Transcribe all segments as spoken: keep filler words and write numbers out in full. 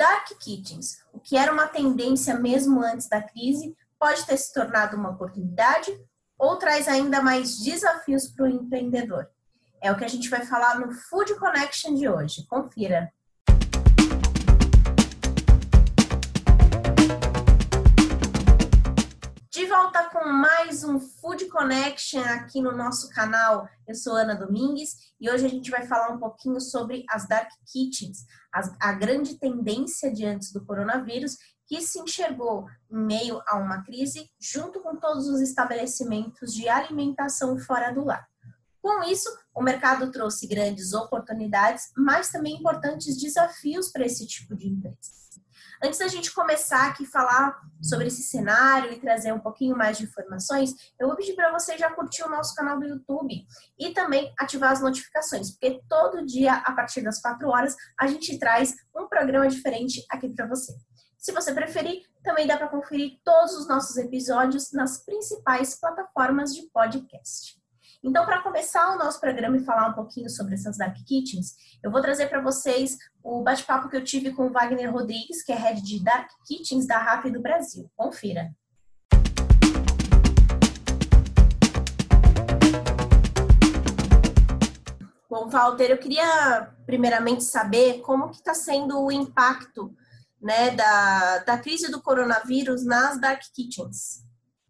Dark Kitchens, o que era uma tendência mesmo antes da crise, pode ter se tornado uma oportunidade ou traz ainda mais desafios para o empreendedor? É o que a gente vai falar no Food Connection de hoje. Confira! De volta com mais um Food Connection aqui no nosso canal. Eu sou Ana Domingues e hoje a gente vai falar um pouquinho sobre as Dark Kitchens, a, a grande tendência diante do coronavírus que se enxergou em meio a uma crise junto com todos os estabelecimentos de alimentação fora do lar. Com isso, o mercado trouxe grandes oportunidades, mas também importantes desafios para esse tipo de empresa. Antes da gente começar aqui a falar sobre esse cenário e trazer um pouquinho mais de informações, eu vou pedir para você já curtir o nosso canal do YouTube e também ativar as notificações, porque todo dia, a partir das quatro horas, a gente traz um programa diferente aqui para você. Se você preferir, também dá para conferir todos os nossos episódios nas principais plataformas de podcast. Então, para começar o nosso programa e falar um pouquinho sobre essas Dark Kitchens, eu vou trazer para vocês o bate-papo que eu tive com o Wagner Rodrigues, que é Head de Dark Kitchens da Rappi do Brasil. Confira! Bom, Walter, eu queria primeiramente saber como que está sendo o impacto, né, da, da crise do coronavírus nas Dark Kitchens.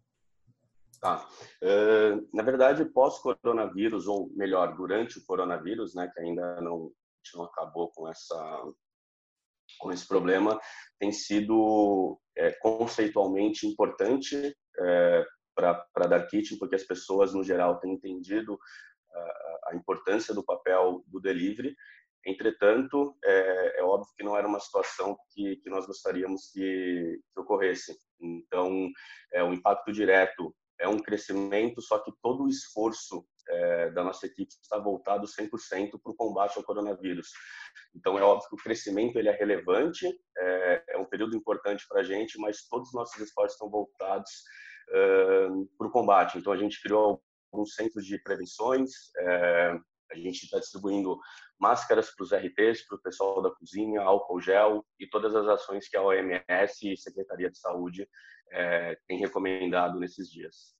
Tá. Uh, na verdade, pós-coronavírus, ou melhor, durante o coronavírus, né, que ainda não, não acabou com, essa, com esse problema, tem sido é, conceitualmente importante é, para a Dark Kitchen, porque as pessoas, no geral, têm entendido uh, a importância do papel do delivery. Entretanto, é, é óbvio que não era uma situação que, que nós gostaríamos que, que ocorresse. Então, é, o impacto direto é um crescimento, só que todo o esforço é, da nossa equipe está voltado cem por cento para o combate ao coronavírus. Então, é óbvio que o crescimento ele é relevante, é, é um período importante para a gente, mas todos os nossos esforços estão voltados é, para o combate. Então, a gente criou alguns centros de prevenções, é, a gente está distribuindo máscaras para os R Ts, para o pessoal da cozinha, álcool gel e todas as ações que a O M S e Secretaria de Saúde é, tem recomendado nesses dias.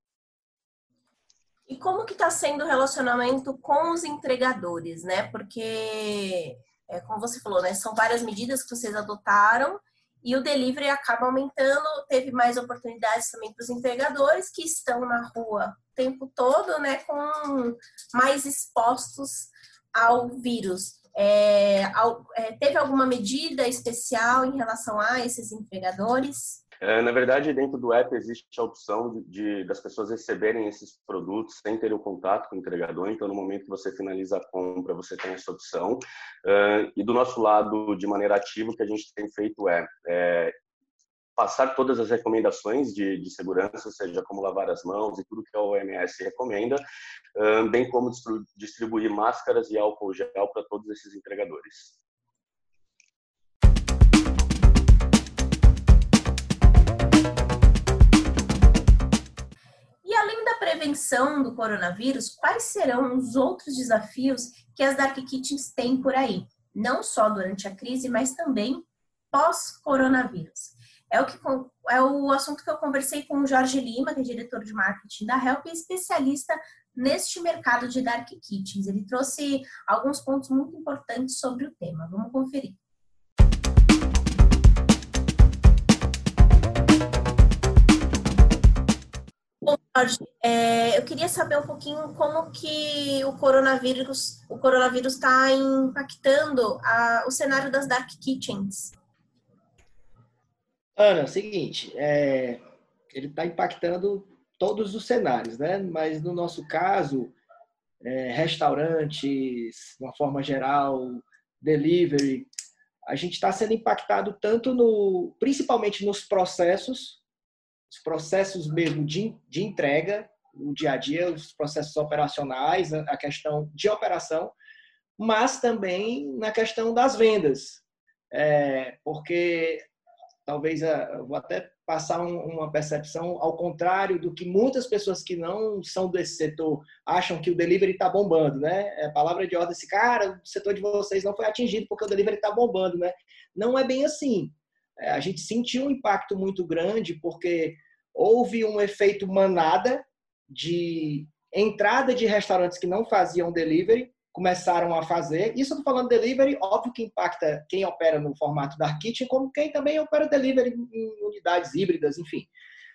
E como que está sendo o relacionamento com os entregadores, né? Porque, é, como você falou, né, são várias medidas que vocês adotaram e o delivery acaba aumentando, teve mais oportunidades também para os entregadores que estão na rua o tempo todo, né, com mais expostos ao vírus. É, ao, é, teve alguma medida especial em relação a esses entregadores? É, na verdade, dentro do app existe a opção de, de das pessoas receberem esses produtos sem ter o contato com o entregador. Então, no momento que você finaliza a compra, você tem essa opção. Uh, e do nosso lado, de maneira ativa, o que a gente tem feito é, é passar todas as recomendações de, de segurança, ou seja, como lavar as mãos e tudo que a O M S recomenda, uh, bem como distribuir máscaras e álcool gel para todos esses entregadores. E além da prevenção do coronavírus, quais serão os outros desafios que as Dark Kitchens têm por aí? Não só durante a crise, mas também pós-coronavírus. É o, que, é o assunto que eu conversei com o Jorge Lima, que é diretor de marketing da Help e especialista neste mercado de Dark Kitchens. Ele trouxe alguns pontos muito importantes sobre o tema. Vamos conferir. Bom, Jorge, é, eu queria saber um pouquinho como que o coronavírus o coronavírus está impactando a, o cenário das Dark Kitchens. Ana, é o seguinte, é, ele está impactando todos os cenários, né? Mas no nosso caso, é, restaurantes, de uma forma geral, delivery, a gente está sendo impactado tanto no, principalmente nos processos, os processos mesmo de, de entrega, no dia a dia, os processos operacionais, a questão de operação, mas também na questão das vendas, é, porque talvez eu vou até passar uma percepção ao contrário do que muitas pessoas que não são desse setor acham, que o delivery está bombando, né? É a palavra de ordem, esse cara, o setor de vocês não foi atingido porque o delivery está bombando, né? Não é bem assim. A gente sentiu um impacto muito grande porque houve um efeito manada de entrada de restaurantes que não faziam delivery, começaram a fazer. Isso eu estou falando delivery, óbvio que impacta quem opera no formato Dark Kitchen, como quem também opera delivery em unidades híbridas, enfim.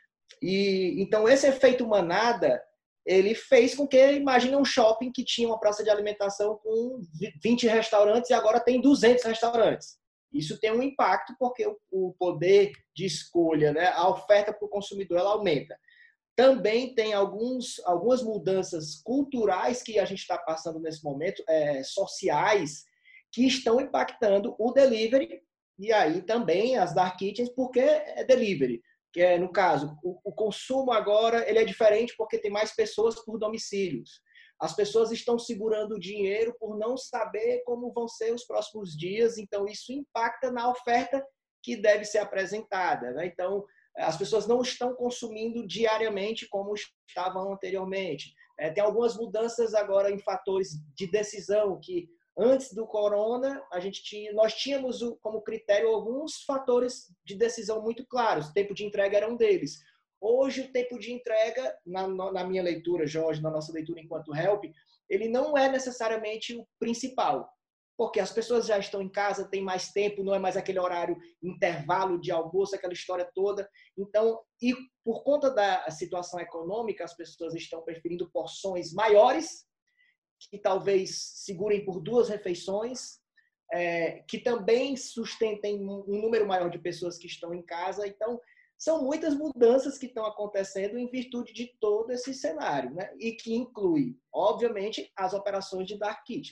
E então esse efeito manada, ele fez com que, imagine um shopping que tinha uma praça de alimentação com vinte restaurantes e agora tem duzentos restaurantes. Isso tem um impacto porque o poder de escolha, né, a oferta para o consumidor, ela aumenta. Também tem alguns, algumas mudanças culturais que a gente está passando nesse momento, é, sociais, que estão impactando o delivery e aí também as dark kitchens, porque é delivery. Que é, no caso, o, o consumo agora ele é diferente porque tem mais pessoas por domicílios. As pessoas estão segurando o dinheiro por não saber como vão ser os próximos dias, então isso impacta na oferta que deve ser apresentada, né? Então, as pessoas não estão consumindo diariamente como estavam anteriormente. É, tem algumas mudanças agora em fatores de decisão que antes do corona a gente tinha, nós tínhamos como critério alguns fatores de decisão muito claros. O tempo de entrega era um deles. Hoje o tempo de entrega, na, na minha leitura, Jorge, na nossa leitura enquanto help, ele não é necessariamente o principal. Porque as pessoas já estão em casa, tem mais tempo, não é mais aquele horário intervalo de almoço, aquela história toda. Então, e por conta da situação econômica, as pessoas estão preferindo porções maiores, que talvez segurem por duas refeições, é, que também sustentem um número maior de pessoas que estão em casa. Então, são muitas mudanças que estão acontecendo em virtude de todo esse cenário, né? E que inclui, obviamente, as operações de Dark Kitchen.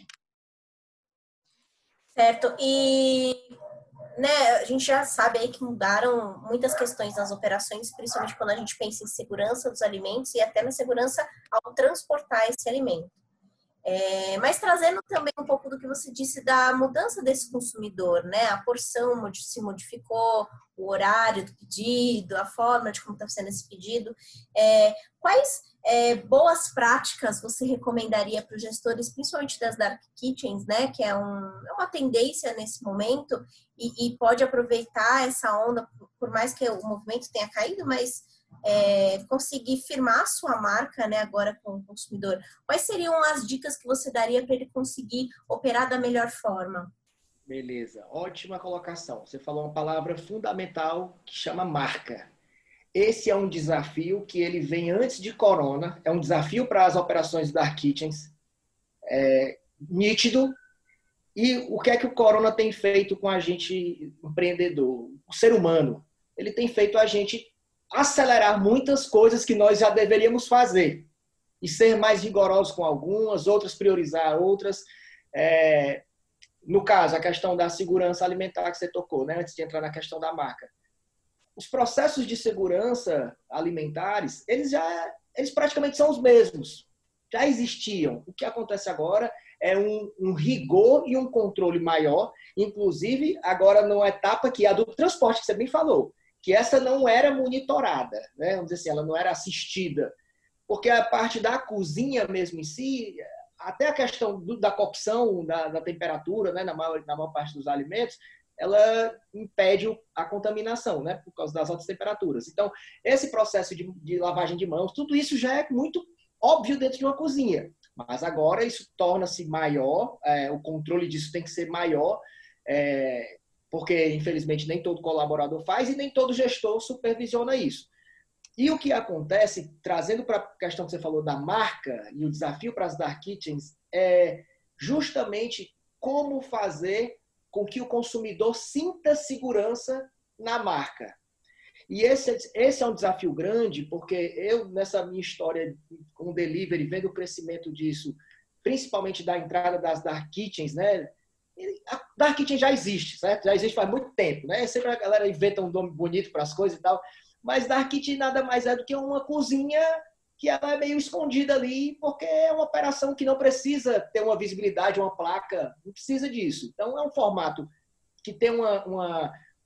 Certo, e né, a gente já sabe aí que mudaram muitas questões nas operações, principalmente quando a gente pensa em segurança dos alimentos e até na segurança ao transportar esse alimento. É, mas trazendo também um pouco do que você disse da mudança desse consumidor, né? A porção se modificou, o horário do pedido, a forma de como está sendo esse pedido. É, quais é, boas práticas você recomendaria para os gestores, principalmente das Dark Kitchens, né? Que é, um, é uma tendência nesse momento e, e pode aproveitar essa onda, por mais que o movimento tenha caído, mas É, conseguir firmar a sua marca, né, agora com o consumidor. Quais seriam as dicas que você daria para ele conseguir operar da melhor forma? Beleza, ótima colocação. Você falou uma palavra fundamental que chama marca. Esse é um desafio que ele vem antes de Corona, é um desafio para as operações da Dark Kitchens, é, nítido. E o que é que o Corona tem feito com a gente empreendedor? O ser humano, ele tem feito a gente acelerar muitas coisas que nós já deveríamos fazer e ser mais rigorosos com algumas, outras priorizar outras. É, no caso, a questão da segurança alimentar que você tocou, né, antes de entrar na questão da marca. Os processos de segurança alimentares, eles já eles praticamente são os mesmos, já existiam. O que acontece agora é um, um rigor e um controle maior, inclusive agora numa etapa que é a do transporte, que você bem falou, que essa não era monitorada, né? Vamos dizer assim, ela não era assistida, porque a parte da cozinha mesmo em si, até a questão do, da cocção, da, da temperatura, né? na, maior, na maior parte dos alimentos, ela impede a contaminação, né? Por causa das altas temperaturas. Então, esse processo de, de lavagem de mãos, tudo isso já é muito óbvio dentro de uma cozinha, mas agora isso torna-se maior, é, o controle disso tem que ser maior, é, porque, infelizmente, nem todo colaborador faz e nem todo gestor supervisiona isso. E o que acontece, trazendo para a questão que você falou da marca e o desafio para as Dark Kitchens, é justamente como fazer com que o consumidor sinta segurança na marca. E esse, esse é um desafio grande, porque eu, nessa minha história com o delivery, vendo o crescimento disso, principalmente da entrada das Dark Kitchens, né? A Dark Kitchen já existe, certo? Já existe faz muito tempo, né? Sempre a galera inventa um nome bonito para as coisas e tal, mas Dark Kitchen nada mais é do que uma cozinha que ela é meio escondida ali, porque é uma operação que não precisa ter uma visibilidade, uma placa, não precisa disso. Então é um formato que tem uma, uma,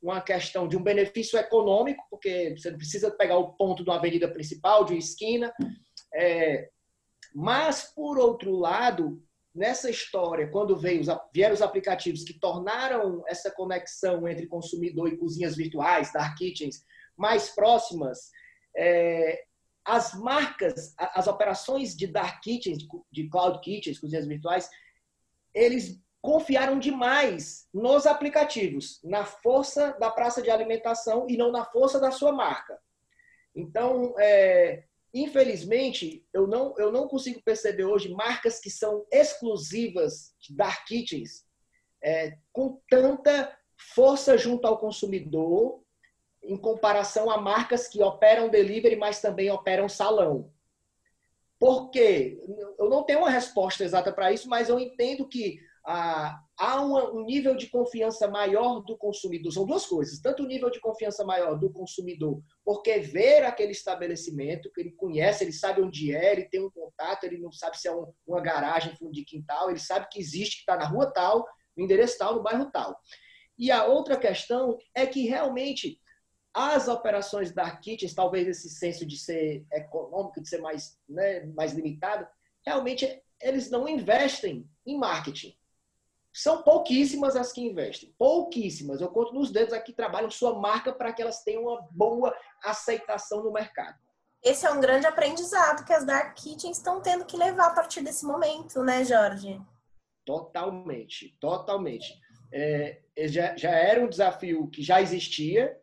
uma questão de um benefício econômico, porque você não precisa pegar o ponto de uma avenida principal, de uma esquina. É, mas, por outro lado, nessa história, quando veio os, vieram os aplicativos que tornaram essa conexão entre consumidor e cozinhas virtuais, dark kitchens, mais próximas, é, as marcas, as operações de dark kitchens, de cloud kitchens, cozinhas virtuais, eles confiaram demais nos aplicativos, na força da praça de alimentação e não na força da sua marca. Então, é, infelizmente, eu não, eu não consigo perceber hoje marcas que são exclusivas de dark kitchens é, com tanta força junto ao consumidor em comparação a marcas que operam delivery, mas também operam salão. Por quê? Eu não tenho uma resposta exata para isso, mas eu entendo que ah, há uma, um nível de confiança maior do consumidor. São duas coisas. Tanto o nível de confiança maior do consumidor, porque ver aquele estabelecimento, que ele conhece, ele sabe onde é, ele tem um contato, ele não sabe se é um, uma garagem, fundo de quintal, ele sabe que existe, que está na rua tal, no endereço tal, no bairro tal. E a outra questão é que realmente as operações dark kitchens, talvez esse senso de ser econômico, de ser mais, né, mais limitado, realmente eles não investem em marketing. São pouquíssimas as que investem. Pouquíssimas. Eu conto nos dedos aqui que trabalham sua marca para que elas tenham uma boa aceitação no mercado. Esse é um grande aprendizado que as dark kitchens estão tendo que levar a partir desse momento, né, Jorge? Totalmente. Totalmente. É, já, já era um desafio que já existia,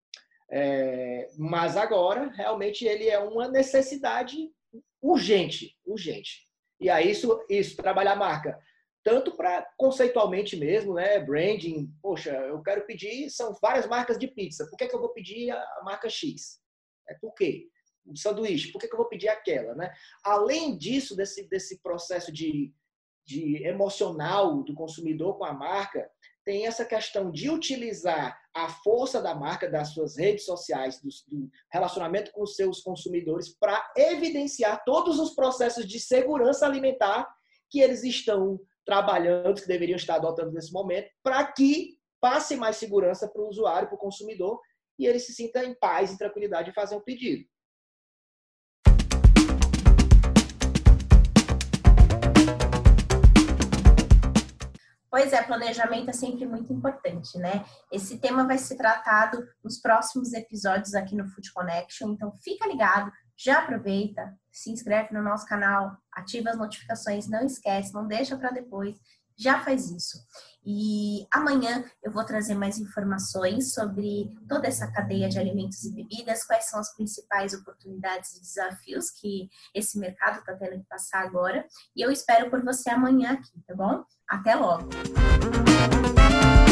É, mas agora, realmente, ele é uma necessidade urgente, urgente. E aí, isso, isso trabalhar a marca, tanto para conceitualmente mesmo, né, branding, poxa, eu quero pedir, são várias marcas de pizza, por que, que eu vou pedir a marca X? É, por quê? Um sanduíche, por que, que eu vou pedir aquela? Né? Além disso, desse, desse processo de, de emocional do consumidor com a marca, tem essa questão de utilizar a força da marca, das suas redes sociais, do, do relacionamento com os seus consumidores para evidenciar todos os processos de segurança alimentar que eles estão trabalhando, que deveriam estar adotando nesse momento, para que passe mais segurança para o usuário, para o consumidor, e ele se sinta em paz e tranquilidade de fazer um pedido. Pois é, planejamento é sempre muito importante, né? Esse tema vai ser tratado nos próximos episódios aqui no Food Connection, então fica ligado, já aproveita, se inscreve no nosso canal, ativa as notificações, não esquece, não deixa para depois, já faz isso. E amanhã eu vou trazer mais informações sobre toda essa cadeia de alimentos e bebidas, quais são as principais oportunidades e desafios que esse mercado está tendo que passar agora. E eu espero por você amanhã aqui, tá bom? Até logo!